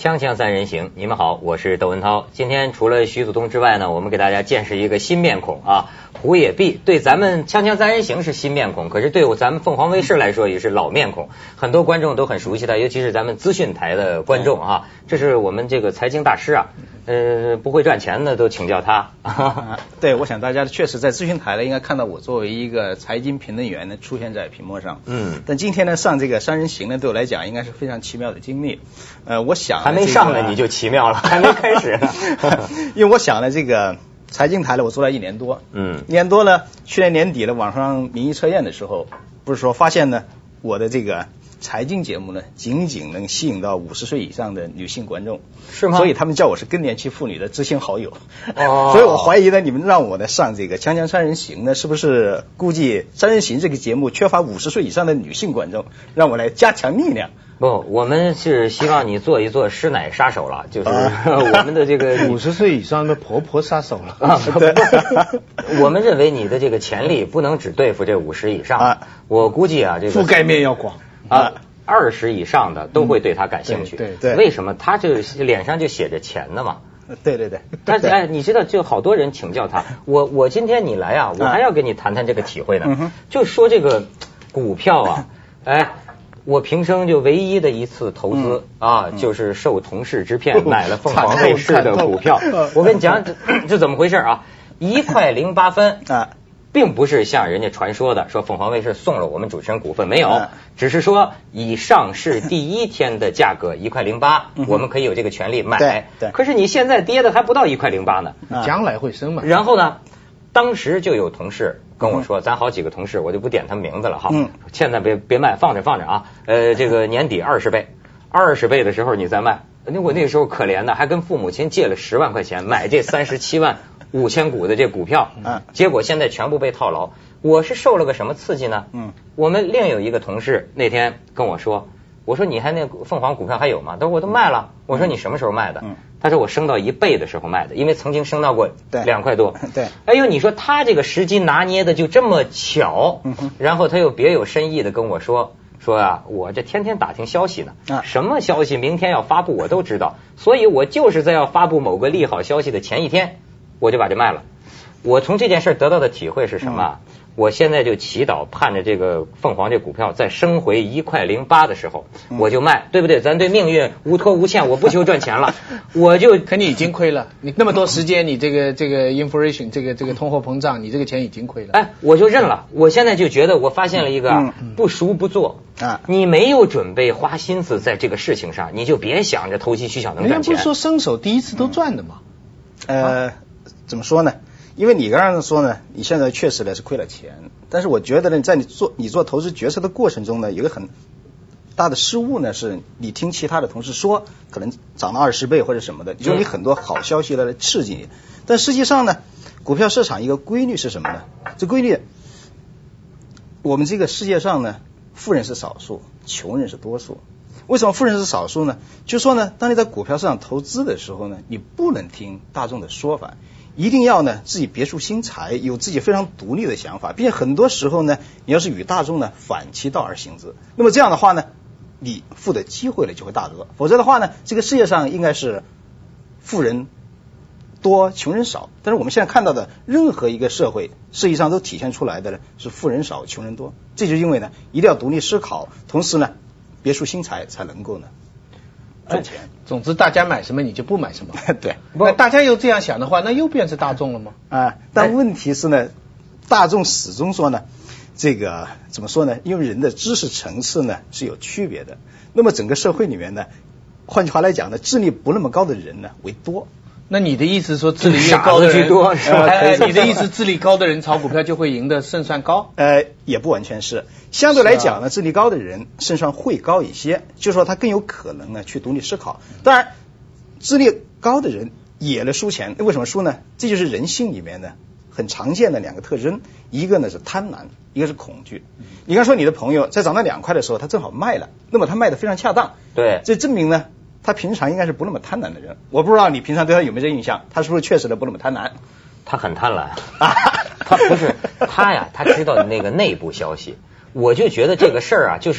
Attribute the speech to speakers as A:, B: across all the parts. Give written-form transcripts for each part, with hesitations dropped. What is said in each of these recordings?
A: 锵锵三人行，你们好，我是窦文涛。今天除了徐子东之外呢，我们给大家见识一个新面孔啊，胡也碧。对咱们锵锵三人行是新面孔，可是对咱们凤凰卫视来说也是老面孔，很多观众都很熟悉他，尤其是咱们资讯台的观众啊。这是我们这个财经大师啊，不会赚钱的都请教他。
B: 对，我想大家确实在资讯台呢，应该看到我作为一个财经评论员呢出现在屏幕上。但今天呢上这个三人行呢，对我来讲应该是非常奇妙的经历。我想
A: 还没上呢你就奇妙了，还没开始呢。
B: 因为我想呢，这个财经台呢，我做了1年多。1年多呢，去年年底呢，网上民意测验的时候，不是说发现呢，我的这个财经节目呢，仅仅能吸引到50岁以上的女性观众，
A: 是吗？
B: 所以他们叫我是更年期妇女的知心好友。所以我怀疑呢，你们让我呢上这个锵锵三人行呢，是不是估计三人行这个节目缺乏50岁以上的女性观众，让我来加强力量？
A: 不，我们是希望你做一做师奶杀手了，就是我们的这个
C: 50岁以上的婆婆杀手了。
B: 对，
A: 我们认为你的这个潜力不能只对付这50以上，我估计啊，这个
C: 覆盖面要广
A: 20以上的都会对他感兴趣。
C: 对，
A: 为什么？他这脸上就写着钱的嘛。
B: 对。
A: 但是你知道，就好多人请教他。我今天你来啊，我还要跟你谈谈这个体会呢。就说这个股票啊，我平生就唯一的一次投资就是受同事之骗买了凤凰卫视的股票。我跟你讲，这怎么回事啊？1块08分并不是像人家传说的说凤凰卫视送了我们主持人股份，没有，只是说以上市第一天的价格1块08，我们可以有这个权利买。
B: 对。
A: 可是你现在跌的还不到1块08呢，
C: 将来会升嘛。
A: 然后呢，当时就有同事跟我说，咱好几个同事，我就不点他们名字了哈。现在别卖，放着啊。这个年底20倍的时候你再卖。我那时候可怜的，还跟父母亲借了10万块钱买这37万5千股的这股票，结果现在全部被套牢。我是受了个什么刺激呢？我们另有一个同事那天跟我说，我说你还那凤凰股票还有吗？他说我都卖了。我说你什么时候卖的？他说我升到1倍的时候卖的，因为曾经升到过2块多。
B: 对。
A: 哎呦，你说他这个时机拿捏的就这么巧，然后他又别有深意的跟我说啊，我这天天打听消息呢，什么消息明天要发布我都知道，所以我就是在要发布某个利好消息的前一天，我就把这卖了。我从这件事得到的体会是什么？我现在就祈祷盼着这个凤凰这股票再升回1块08的时候，我就卖，对不对？咱对命运无托无欠，我不求赚钱了，
C: 可你已经亏了，你那么多时间，你这个 inflation 这个通货膨胀，你这个钱已经亏了。
A: 我就认了。我现在就觉得我发现了一个不熟不做你没有准备花心思在这个事情上，你就别想着投机取巧能赚钱。
C: 人家不是说生手第一次都赚的吗？
B: 怎么说呢？因为你刚刚说呢，你现在确实呢是亏了钱，但是我觉得呢，在你做投资决策的过程中呢，有个很大的失误呢，是你听其他的同事说可能涨了20倍或者什么的，就你很多好消息来刺激你，但实际上呢，股票市场一个规律是什么呢？这规律，我们这个世界上呢，富人是少数，穷人是多数。为什么富人是少数呢？就是说呢，当你在股票市场投资的时候呢，你不能听大众的说法，一定要呢自己别出心裁，有自己非常独立的想法，并且很多时候呢，你要是与大众呢反其道而行之，那么这样的话呢，你富的机会呢就会大得。否则的话呢，这个世界上应该是富人多穷人少，但是我们现在看到的任何一个社会实际上都体现出来的呢是富人少穷人多，这就是因为呢一定要独立思考，同时呢别出心裁才能够呢赚钱。
C: 总之大家买什么你就不买什么。
B: 对，
C: 那大家又这样想的话，那又变成大众了吗？
B: 但问题是呢，大众始终说呢，这个怎么说呢？因为人的知识层次呢是有区别的，那么整个社会里面呢，换句话来讲呢，智力不那么高的人呢为多。
C: 那你的意思说智力越高的人多，你的意思智力高的人炒股票就会赢得胜算高？
B: 也不完全是，相对来讲呢，智力高的人胜算会高一些，就是说他更有可能呢去独立思考。当然，智力高的人也能输钱，为什么输呢？这就是人性里面呢很常见的2个特征，一个呢是贪婪，一个是恐惧。你刚说你的朋友在涨到2块的时候，他正好卖了，那么他卖的非常恰当，
A: 对，
B: 这证明呢他平常应该是不那么贪婪的人。我不知道你平常对他有没有这印象，他是不是确实的不那么贪婪？
A: 他很贪婪他不是他呀，他知道那个内部消息。我就觉得这个事儿啊，就是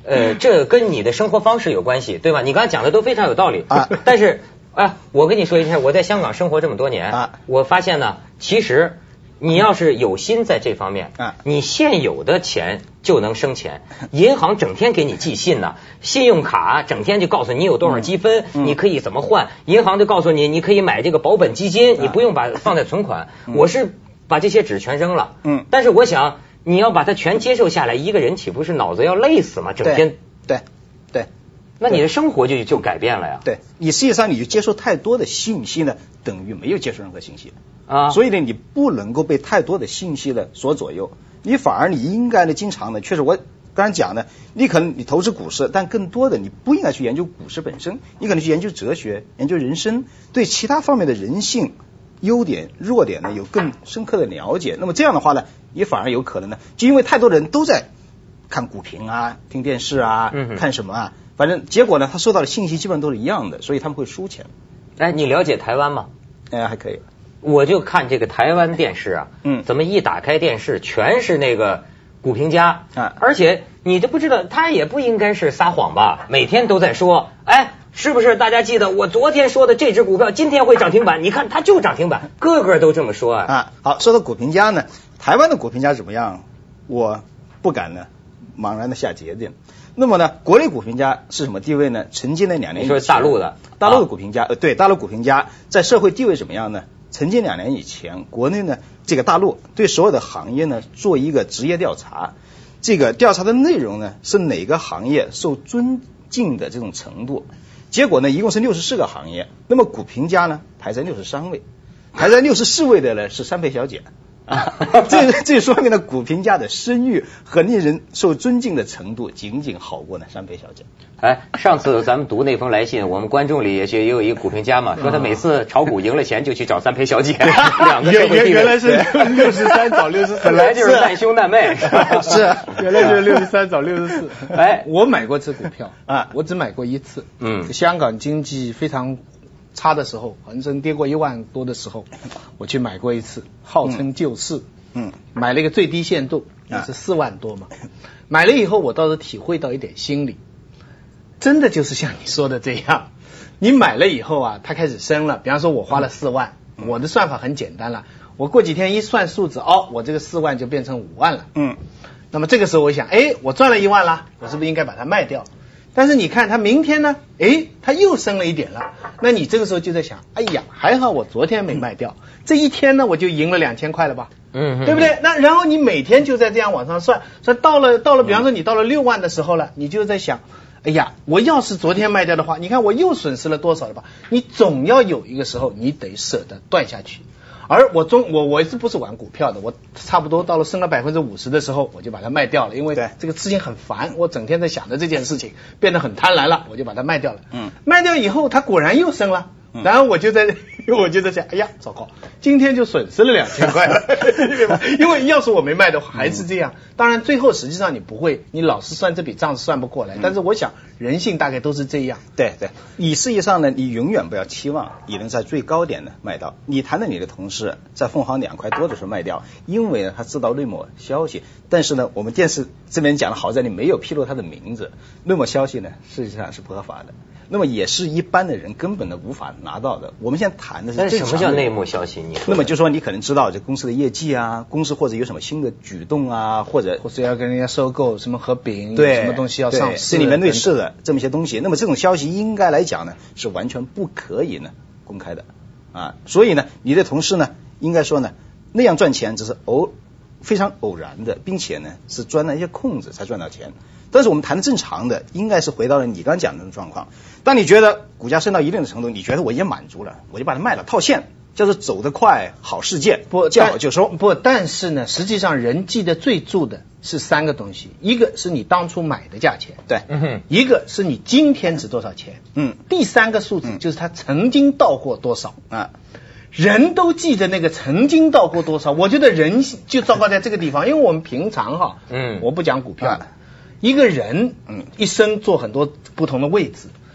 A: 这跟你的生活方式有关系，对吧？你刚才讲的都非常有道理啊。但是我跟你说一下，我在香港生活这么多年啊，我发现呢，其实你要是有心在这方面啊，你现有的钱就能生钱。银行整天给你寄信呢，信用卡整天就告诉你有多少积分，你可以怎么换，银行就告诉你可以买这个保本基金，你不用放在存款。我是把这些纸全扔了，但是我想你要把它全接受下来，一个人岂不是脑子要累死吗？整天
B: 对。
A: 那你的生活就改变了呀。
B: 对，你实际上你就接受太多的信息呢，等于没有接受任何信息啊。所以呢，你不能够被太多的信息呢所左右，你反而你应该呢经常呢，确实我刚才讲的，你可能你投资股市，但更多的你不应该去研究股市本身，你可能去研究哲学、研究人生，对其他方面的人性优点、弱点呢有更深刻的了解。那么这样的话呢，你反而有可能呢，就因为太多人都在看股评啊、听电视啊、看什么啊。反正结果呢，他收到的信息基本上都是一样的，所以他们会输钱。
A: 哎，你了解台湾吗？
B: 还可以。
A: 我就看这个台湾电视啊，怎么一打开电视全是那个股评家啊，而且你都不知道，他也不应该是撒谎吧？每天都在说，哎，是不是大家记得我昨天说的这只股票今天会涨停板？你看它就涨停板，个个都这么说啊。
B: 好，说到股评家呢，台湾的股评家怎么样？我不敢呢茫然的下结论。那么呢，国内股评家是什么地位呢？曾经的2年以前，
A: 你说大陆的
B: 股评家，对，大陆股评家在社会地位怎么样呢？曾经2年以前，国内呢这个大陆对所有的行业呢做一个职业调查，这个调查的内容呢是哪个行业受尊敬的这种程度。结果呢，一共是64个行业，那么股评家呢排在63位，排在64位的呢是三陪小姐。这说明了股评家的声誉和令人受尊敬的程度仅仅好过呢三陪小姐。
A: 哎，上次咱们读那封来信，我们观众里也有一个股评家嘛，说他每次炒股赢了钱就去找三陪小姐，两个社会地位
C: 原来是63找64，
A: 本来就是难兄难妹，
C: 是原来就是63找64。哎，我买过这股票啊，我只买过一次。香港经济非常差的时候，恒生跌过1万多的时候，我去买过一次，号称救市。买了一个最低限度，也是4万多嘛。买了以后，我倒是体会到一点心理，真的就是像你说的这样，你买了以后啊，它开始升了。比方说，我花了4万，我的算法很简单了，我过几天一算数字，我这个4万就变成5万了。那么这个时候我想，我赚了1万了，我是不是应该把它卖掉？但是你看它明天呢，它又升了一点了，那你这个时候就在想，哎呀，还好我昨天没卖掉，这一天呢我就赢了2000块了吧，对不对？那然后你每天就在这样往上算，到了，比方说你到了6万的时候了，你就在想，哎呀，我要是昨天卖掉的话，你看我又损失了多少了吧？你总要有一个时候你得舍得断下去。而我是不是玩股票的？我差不多到了升了50%的时候，我就把它卖掉了，因为这个事情很烦，我整天在想着这件事情，变得很贪婪了，我就把它卖掉了。卖掉以后，它果然又升了，然后我就在想，哎呀，糟糕，今天就损失了2000块了，对吧？因为要是我没卖的话，还是这样。当然，最后实际上你不会，你老是算这笔账是算不过来。但是我想，人性大概都是这样。
B: 对，你实际上呢，你永远不要期望你能在最高点呢卖到。你谈的你的同事在凤凰2块多的时候卖掉，因为呢他知道内幕消息。但是呢，我们电视这边讲的好在你没有披露他的名字，内幕消息呢实际上是不合法的。那么也是一般的人根本的无法拿到的。我们现在谈的是正常的。
A: 什么叫内幕消息？
B: 那么就说你可能知道这公司的业绩啊，公司或者有什么新的举动啊，或者
C: 要跟人家收购，什么合并，什么东西要上市，
B: 这里面类似的这么一些东西。那么这种消息应该来讲呢，是完全不可以呢公开的啊。所以呢，你的同事呢，应该说呢，那样赚钱只是非常偶然的，并且呢是钻了一些空子才赚到钱。但是我们谈的正常的，应该是回到了你刚刚讲的状况。当你觉得股价升到一定的程度，你觉得我已经满足了，我就把它卖了套现，叫做走得快好世界，见好就收。
C: 但是呢，实际上人记得最住的是3个东西，一个是你当初买的价钱，
B: 对，
C: 一个是你今天值多少钱，第3个数字就是它曾经到过多少啊。人都记得那个曾经到过多少，我觉得人就糟糕在这个地方，因为我们平常我不讲股票，一个人一生做很多不同的位置，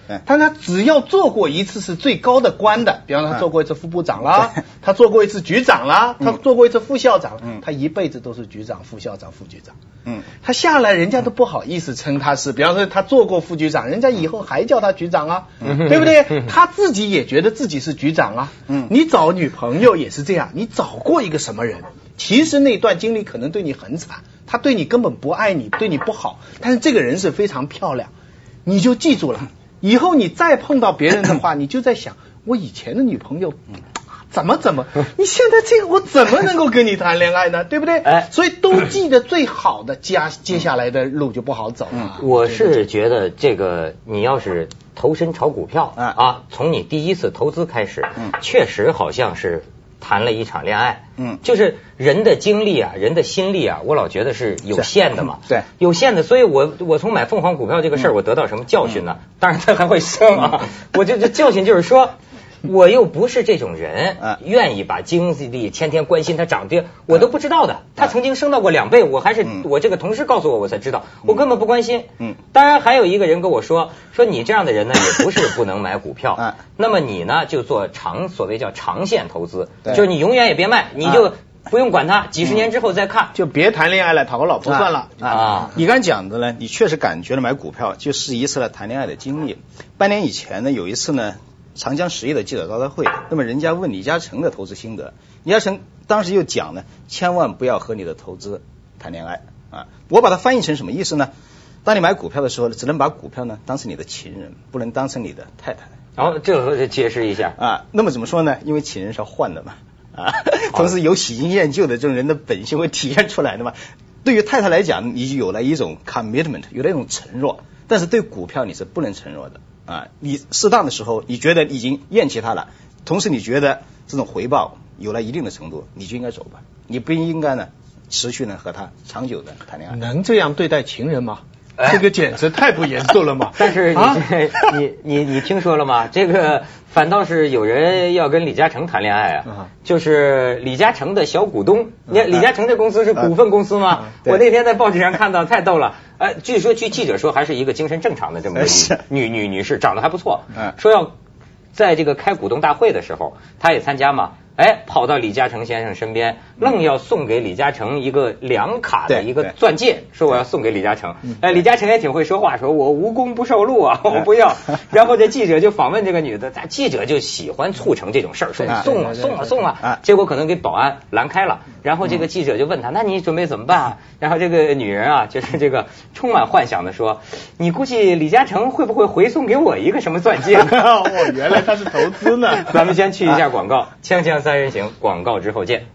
C: 但他只要做过一次是最高的官的，比方说他做过一次副部长啦，他做过一次局长啦，他做过一次副校长，他一辈子都是局长、副校长、副局长。他下来人家都不好意思称他是，比方说他做过副局长，人家以后还叫他局长啊，对不对？他自己也觉得自己是局长啊。你找女朋友也是这样，你找过一个什么人，其实那段经历可能对你很惨，他对你根本不爱你，对你不好，但是这个人是非常漂亮，你就记住了。以后你再碰到别人的话，你就在想，我以前的女朋友怎么，你现在这个我怎么能够跟你谈恋爱呢？对不对？所以都记得最好的，接下来的路就不好走了。
A: 我是觉得这个，你要是投身炒股票啊，从你第一次投资开始，确实好像是谈了一场恋爱。就是人的精力啊，人的心力啊，我老觉得是有限的嘛。
B: 对，
A: 有限的，所以我从买凤凰股票这个事儿，我得到什么教训呢？当然它还会升啊。我这教训就是说，我又不是这种人，愿意把精力天天关心它涨跌，我都不知道的。它曾经升到过2倍，我还是我这个同事告诉我才知道，我根本不关心。当然还有一个人跟我说你这样的人呢，也不是不能买股票，那么你呢就做所谓叫长线投资，就是你永远也别卖，你就不用管它，几十年之后再看，
C: 就别谈恋爱了，讨个老婆算了
B: 啊。你刚才讲的呢，你确实感觉了买股票就是一次了谈恋爱的经历。半年以前呢，有一次呢，长江实业的记者招待会，那么人家问李嘉诚的投资心得，李嘉诚当时就讲呢，千万不要和你的投资谈恋爱啊。我把它翻译成什么意思呢？当你买股票的时候，只能把股票呢当成你的情人，不能当成你的太太。
A: 这个解释一下
B: 啊。那么怎么说呢？因为情人是要换的嘛啊，同时有喜新厌旧的这种人的本性会体现出来的嘛。对于太太来讲，你就有了一种 commitment， 有了一种承诺，但是对股票你是不能承诺的。你适当的时候，你觉得已经厌弃它了，同时你觉得这种回报有了一定的程度，你就应该走吧。你不应该呢持续呢和他长久的谈恋爱。
C: 能这样对待情人吗？这个简直太不严肃了嘛！
A: 但是你听说了吗？这个反倒是有人要跟李嘉诚谈恋爱啊，就是李嘉诚的小股东。李嘉诚这公司是股份公司吗？我那天在报纸上看到，太逗了。据记者说还是一个精神正常的这么个女士，长得还不错。说要在这个开股东大会的时候，她也参加嘛。跑到李嘉诚先生身边，愣要送给李嘉诚一个2卡的一个钻戒，说我要送给李嘉诚。李嘉诚也挺会说话，说我无功不受禄啊，我不要。然后这记者就访问这个女的，记者就喜欢促成这种事儿，说送啊，结果可能给保安拦开了。然后这个记者就问他，那你准备怎么办啊？然后这个女人啊，就是这个充满幻想的说，你估计李嘉诚会不会回送给我一个什么钻戒？
C: 原来他是投资呢。
A: 咱们先去一下广告，锵锵三人行，广告之后见。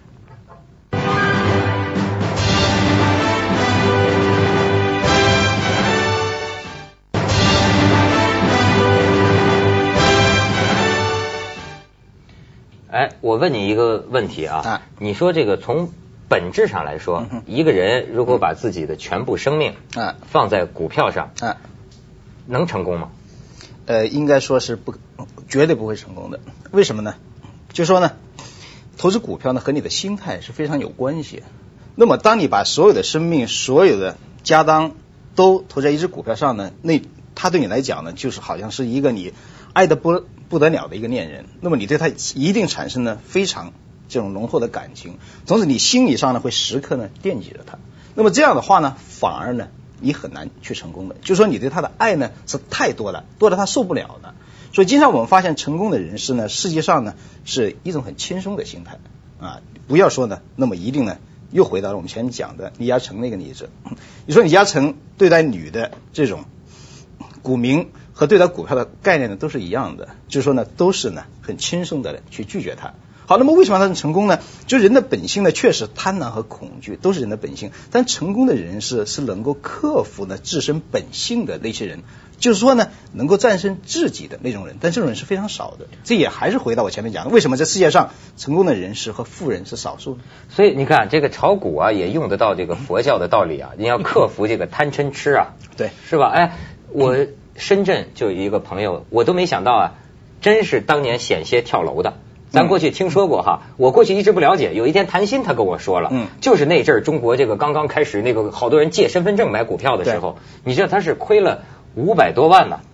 A: 我问你一个问题啊，你说这个从本质上来说，一个人如果把自己的全部生命放在股票上，能成功吗？
B: 应该说是绝对不会成功的。为什么呢？就说呢，投资股票呢和你的心态是非常有关系。那么当你把所有的生命、所有的家当都投在一只股票上呢，那它对你来讲呢，就是好像是一个你爱得不得了的一个恋人。那么你对它一定产生了非常这种浓厚的感情，同时你心理上呢会时刻呢惦记着它。那么这样的话呢，反而呢你很难去成功的。就说你对他的爱呢是太多了，多得他受不了的。所以经常我们发现成功的人士呢，实际上呢是一种很轻松的心态啊。不要说呢，那么一定呢又回到了我们前面讲的李嘉诚那个例子。你说李嘉诚对待女的这种股民和对待股票的概念呢都是一样的，就是说呢都是呢很轻松的去拒绝它。好，那么为什么他能成功呢？就人的本性呢，确实贪婪和恐惧都是人的本性，但成功的人是能够克服呢自身本性的那些人，就是说呢能够战胜自己的那种人，但这种人是非常少的。这也还是回到我前面讲的，为什么在世界上成功的人士和富人是少数呢？
A: 所以你看这个炒股啊，也用得到这个佛教的道理啊，你要克服这个贪嗔痴啊，
B: 对，
A: 是吧？我深圳就有一个朋友，我都没想到啊，真是当年险些跳楼的。咱过去听说过哈，我过去一直不了解。有一天谭鑫他跟我说了，就是那阵儿中国这个刚刚开始那个好多人借身份证买股票的时候，你知道他是亏了500多万呢。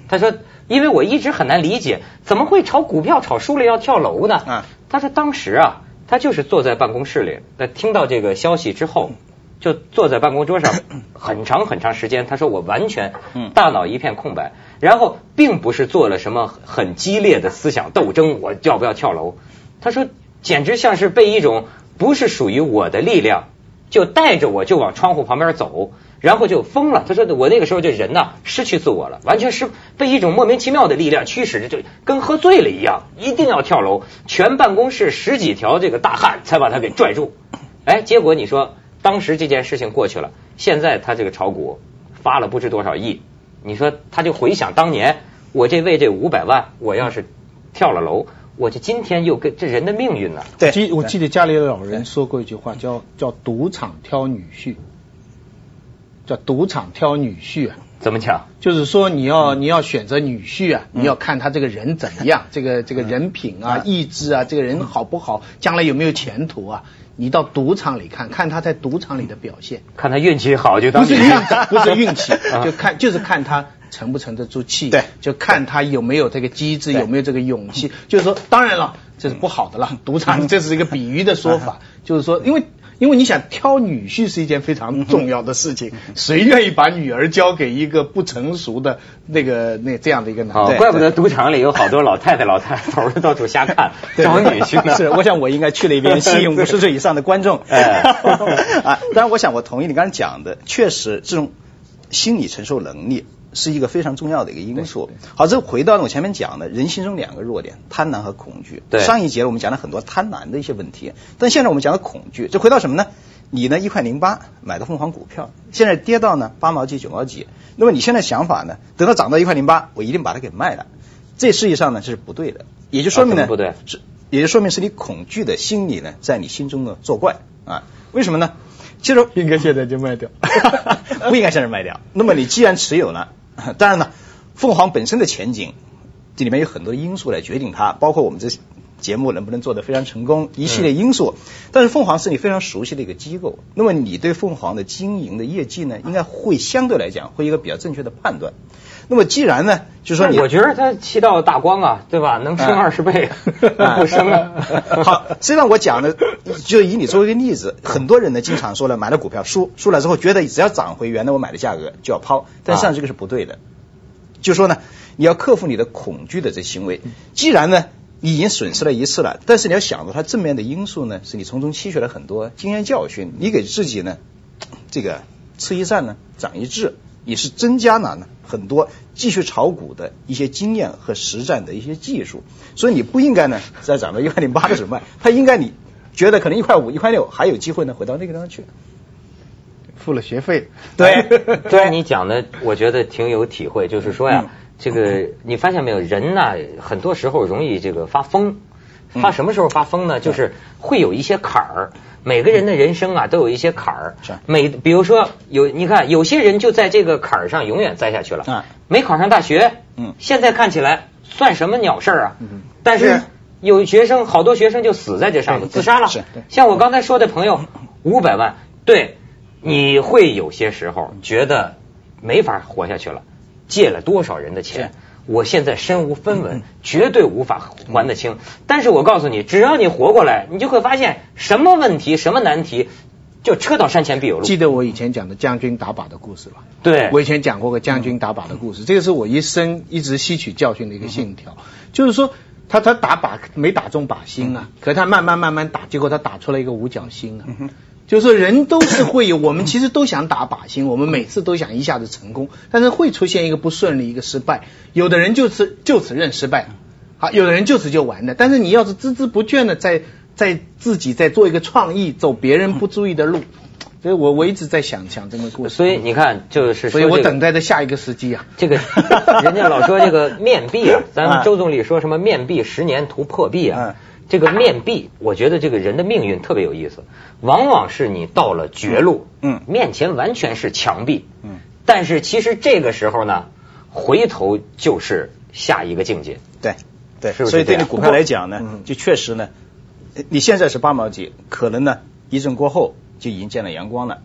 A: 他说，因为我一直很难理解，怎么会炒股票炒输了要跳楼呢？他说当时啊，他就是坐在办公室里，听到这个消息之后，就坐在办公桌上很长很长时间。他说我完全大脑一片空白，然后并不是做了什么很激烈的思想斗争，我要不要跳楼？他说简直像是被一种不是属于我的力量就带着我就往窗户旁边走，然后就疯了。他说我那个时候这人呐失去自我了，完全是被一种莫名其妙的力量驱使着，就跟喝醉了一样，一定要跳楼。全办公室10几条这个大汉才把他给拽住。哎，结果你说当时这件事情过去了，现在他这个炒股发了不知多少亿，你说他就回想当年我这为这500万，我要是跳了楼，我这今天又跟这人的命运呢？
C: 对，我记得家里的老人说过一句话，叫赌场挑女婿，叫赌场挑女婿啊。
A: 怎么讲？
C: 就是说你要选择女婿啊，你要看他这个人怎么样，这个人品啊、意志啊，这个人好不好，将来有没有前途啊？你到赌场里看他在赌场里的表现，
A: 看他运气好就当
C: 不是运气，就是看他沉不沉得住气，
B: 对，
C: 就看他有没有这个机智，有没有这个勇气。就是说，当然了，这是不好的了，赌场这是一个比喻的说法，就是说，因为你想挑女婿是一件非常重要的事情，谁愿意把女儿交给一个不成熟的这样的一个男的？
A: 怪不得赌场里有好多老太太头到处瞎看找女婿呢。
B: 是，我想我应该去那边吸引50岁以上的观众。当然，我想我同意你刚才讲的，确实这种心理承受能力是一个非常重要的一个因素。好，这回到我前面讲的人心中2个弱点，贪婪和恐惧。
A: 对，
B: 上一节我们讲了很多贪婪的一些问题，但现在我们讲的恐惧，这回到什么呢？你呢1.08块买的凤凰股票，现在跌到呢8毛几9毛几，那么你现在想法呢，等到涨到1.08块，我一定把它给卖了，这实际上呢这是不对的，也就说明呢
A: 不对，
B: 也就说明是你恐惧的心理呢在你心中呢作怪啊？为什么呢？其实
C: 应该现在就卖掉，
B: 不应该现在卖掉。那么你既然持有了，当然了，凤凰本身的前景，这里面有很多因素来决定它，包括我们这节目能不能做得非常成功，一系列因素。但是凤凰是你非常熟悉的一个机构，那么你对凤凰的经营的业绩呢，应该会相对来讲会有一个比较正确的判断。那么既然呢，就是说
A: 我觉得它7道大光啊，对吧？能升20倍，不升啊。
B: 好，实际上我讲的就以你作为一个例子，很多人呢经常说了，买了股票输了之后，觉得只要涨回原来我买的价格就要抛，但实际上这个是不对的。就说呢，你要克服你的恐惧的这行为。既然呢你已经损失了一次了，但是你要想到它正面的因素呢，是你从中吸取了很多经验教训，你给自己呢这个吃一堑呢长一智，也是增加了呢很多继续炒股的一些经验和实战的一些技术。所以你不应该呢在涨到1.08的时候卖，它应该你觉得可能1.5、1.6还有机会呢回到那个地方去。
C: 付了学费。
A: 对，你讲的我觉得挺有体会，就是说呀，这个你发现没有，人呢很多时候容易这个发疯。发什么时候发疯呢？就是会有一些坎儿，每个人的人生啊都有一些坎儿。比如说你看有些人就在这个坎儿上永远栽下去了，没考上大学，现在看起来算什么鸟事儿啊？但是有好多学生就死在这上头，自杀了。像我刚才说的朋友，500万，对，你会有些时候觉得没法活下去了，借了多少人的钱，我现在身无分文，绝对无法还得清。但是我告诉你，只要你活过来，你就会发现什么问题什么难题就车到山前必有路。
C: 记得我以前讲的将军打靶的故事吧？
A: 对，
C: 我以前讲过个将军打靶的故事，这个是我一生一直吸取教训的一个信条，就是说他打靶没打中靶心啊，可是他慢慢打，结果他打出了一个五角星啊。就是说人都是会有，我们其实都想打靶心，我们每次都想一下子成功，但是会出现一个不顺利，一个失败。有的人就此认失败，好，有的人就此就完了。但是你要是孜孜不倦的在自己在做一个创意，走别人不注意的路，所以我一直在想这个故事。
A: 所以你看，就是说、
C: 所以我等待着下一个时机啊。
A: 这个人家老说这个面壁啊，咱们周总理说什么面壁10年图破壁啊。这个面壁，我觉得这个人的命运特别有意思，往往是你到了绝路，面前完全是墙壁，但是其实这个时候呢，回头就是下一个境界。
B: 对，
A: 是不是？
B: 所以对你股票来讲呢，就确实呢，你现在是8毛几，可能呢一阵过后就已经见了阳光了。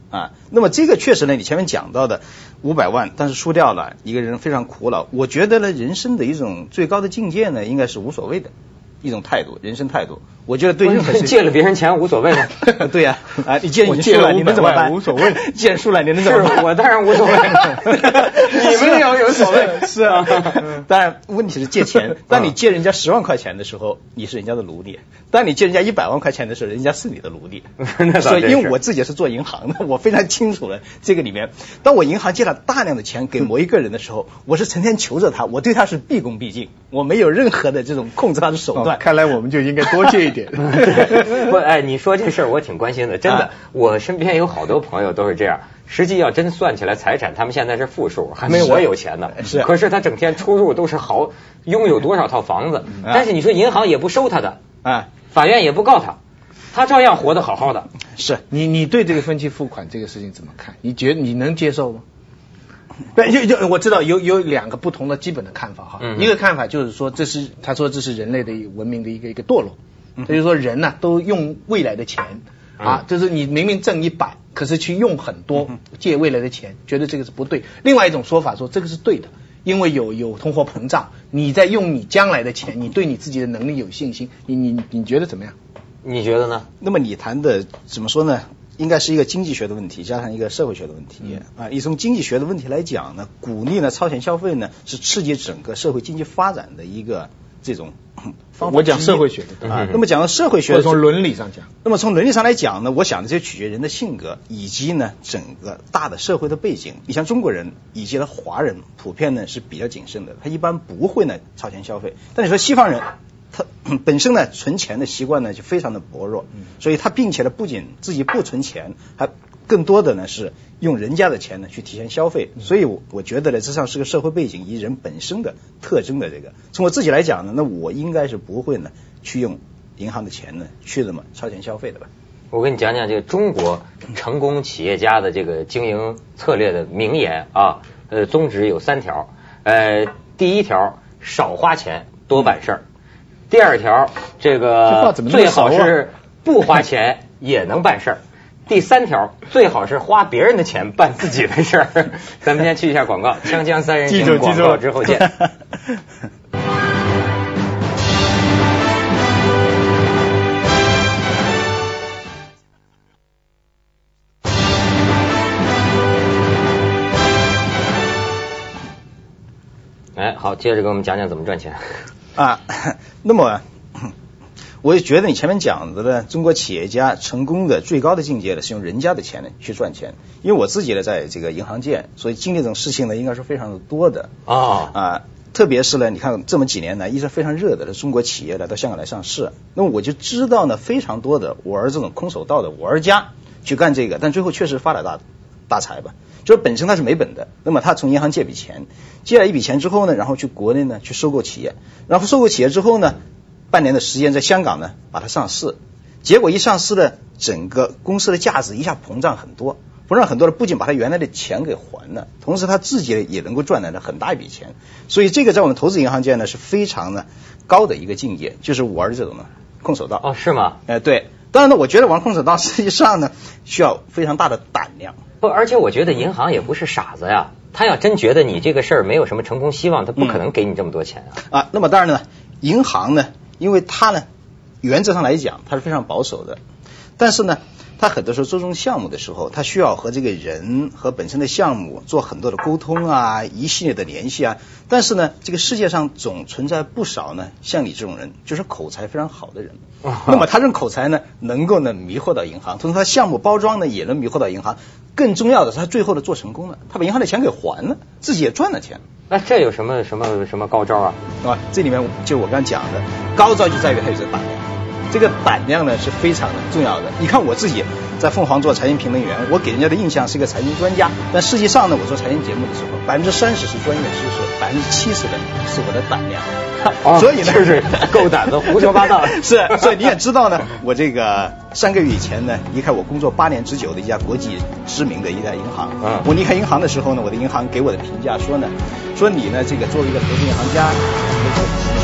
B: 啊。那么这个确实呢，你前面讲到的500万，但是输掉了，一个人非常苦恼。我觉得呢，人生的一种最高的境界呢，应该是无所谓的一种态度，人生态度。我觉得对任何事
A: 借了别人钱无所谓吗？
B: 对呀，你借人输了，你能怎么办？
C: 无所谓，
B: 借人输了，你能怎么办？
A: 我当然无所谓，你们也要有所谓。
B: 是啊，当然问题是借钱。当你借人家10万块钱的时候，你是人家的奴隶；当你借人家100万块钱的时候，人家是你的奴隶。所以，因为我自己是做银行的，我非常清楚了这个里面。当我银行借了大量的钱给某一个人的时候，我是成天求着他，我对他是毕恭毕敬，我没有任何的这种控制他的手段。
C: 看来我们就应该多借一点。
A: 不，哎，你说这事儿我挺关心的，真的，我身边有好多朋友都是这样。实际要真算起来财产，他们现在是负数，还没我有钱呢。
B: 是，
A: 可是他整天出入都是好，拥有多少套房子，但是你说银行也不收他的，法院也不告他，他照样活得好好的。
B: 是
C: 你对这个分期付款这个事情怎么看？你觉得你能接受吗？对，我知道有2个不同的基本的看法哈。一个看法就是说，他说这是人类的文明的一个堕落。他就是说人呢都用未来的钱啊，就是你明明挣100，可是去用很多借未来的钱，觉得这个是不对。另外一种说法说这个是对的，因为有通货膨胀，你在用你将来的钱，你对你自己的能力有信心，你觉得怎么样？
A: 你觉得呢？
B: 那么你谈的怎么说呢？应该是一个经济学的问题加上一个社会学的问题啊。你从经济学的问题来讲呢，鼓励呢超前消费呢是刺激整个社会经济发展的一个这种方法。
C: 我讲社会学的
B: 啊，那么讲到社会学，
C: 或者从伦理上讲，
B: 那么从伦理上来讲呢，我想这取决人的性格以及呢整个大的社会的背景。你像中国人以及华人普遍呢是比较谨慎的，他一般不会呢超前消费。但你说西方人，他本身呢存钱的习惯呢就非常的薄弱，所以他并且呢不仅自己不存钱，还更多的呢是用人家的钱呢去提前消费。所以我觉得呢这上是个社会背景以及人本身的特征的这个。从我自己来讲呢，那我应该是不会呢去用银行的钱呢去这么超前消费的吧。
A: 我跟你讲讲这个中国成功企业家的这个经营策略的名言啊，宗旨有3条。第一条，少花钱多办事儿。第2条，这个最好是不花钱也能办事儿。第3条，最好是花别人的钱办自己的事儿。咱们先去一下广告，锵锵三人行，广告之后见。哎，好，接着给我们讲讲怎么赚钱
B: 啊。那么我也觉得你前面讲的呢，中国企业家成功的最高的境界呢，是用人家的钱呢去赚钱。因为我自己呢在这个银行界，所以经历这种事情呢应该是非常的多的特别是呢，你看这么几年来一直非常热的中国企业来到香港来上市，那么我就知道呢非常多的玩这种空手道的玩家去干这个，但最后确实发了大财吧。就是本身他是没本的，那么他从银行借笔钱，借了一笔钱之后呢，然后去国内呢去收购企业，然后收购企业之后呢，半年的时间在香港呢把它上市，结果一上市呢，整个公司的价值一下膨胀很多的，不仅把他原来的钱给还了，同时他自己也能够赚来了很大一笔钱。所以这个在我们投资银行界呢是非常的高的一个境界，就是玩这种呢空手道。
A: 哦，是吗？
B: 对。当然呢，我觉得玩空手道实际上呢需要非常大的胆量。
A: 不，而且我觉得银行也不是傻子呀，他要真觉得你这个事儿没有什么成功希望，他不可能给你这么多钱
B: 那么当然呢，银行呢，因为它呢原则上来讲它是非常保守的，但是呢他很多时候做这种项目的时候，他需要和这个人和本身的项目做很多的沟通啊，一系列的联系啊。但是呢，这个世界上总存在不少呢像你这种人，就是口才非常好的人。那么他这种口才呢，能够呢迷惑到银行，同时他项目包装呢也能迷惑到银行。更重要的是，他最后的做成功了，他把银行的钱给还了，自己也赚了钱。
A: 那这有什么高招啊？
B: 这里面就我刚刚讲的高招就在于他有这个胆量。这个胆量呢是非常的重要的。你看我自己在凤凰做财经评论员，我给人家的印象是一个财经专家，但实际上呢，我做财经节目的时候，30%是专业知识，70%的是我的胆量。所以呢，
A: 就是够胆子胡说八道。
B: 是，所以你也知道呢，我这个3个月以前呢，离开我工作8年之久的一家国际知名的一家银行。我离开银行的时候呢，我的银行给我的评价说你呢这个作为一个投资银行家，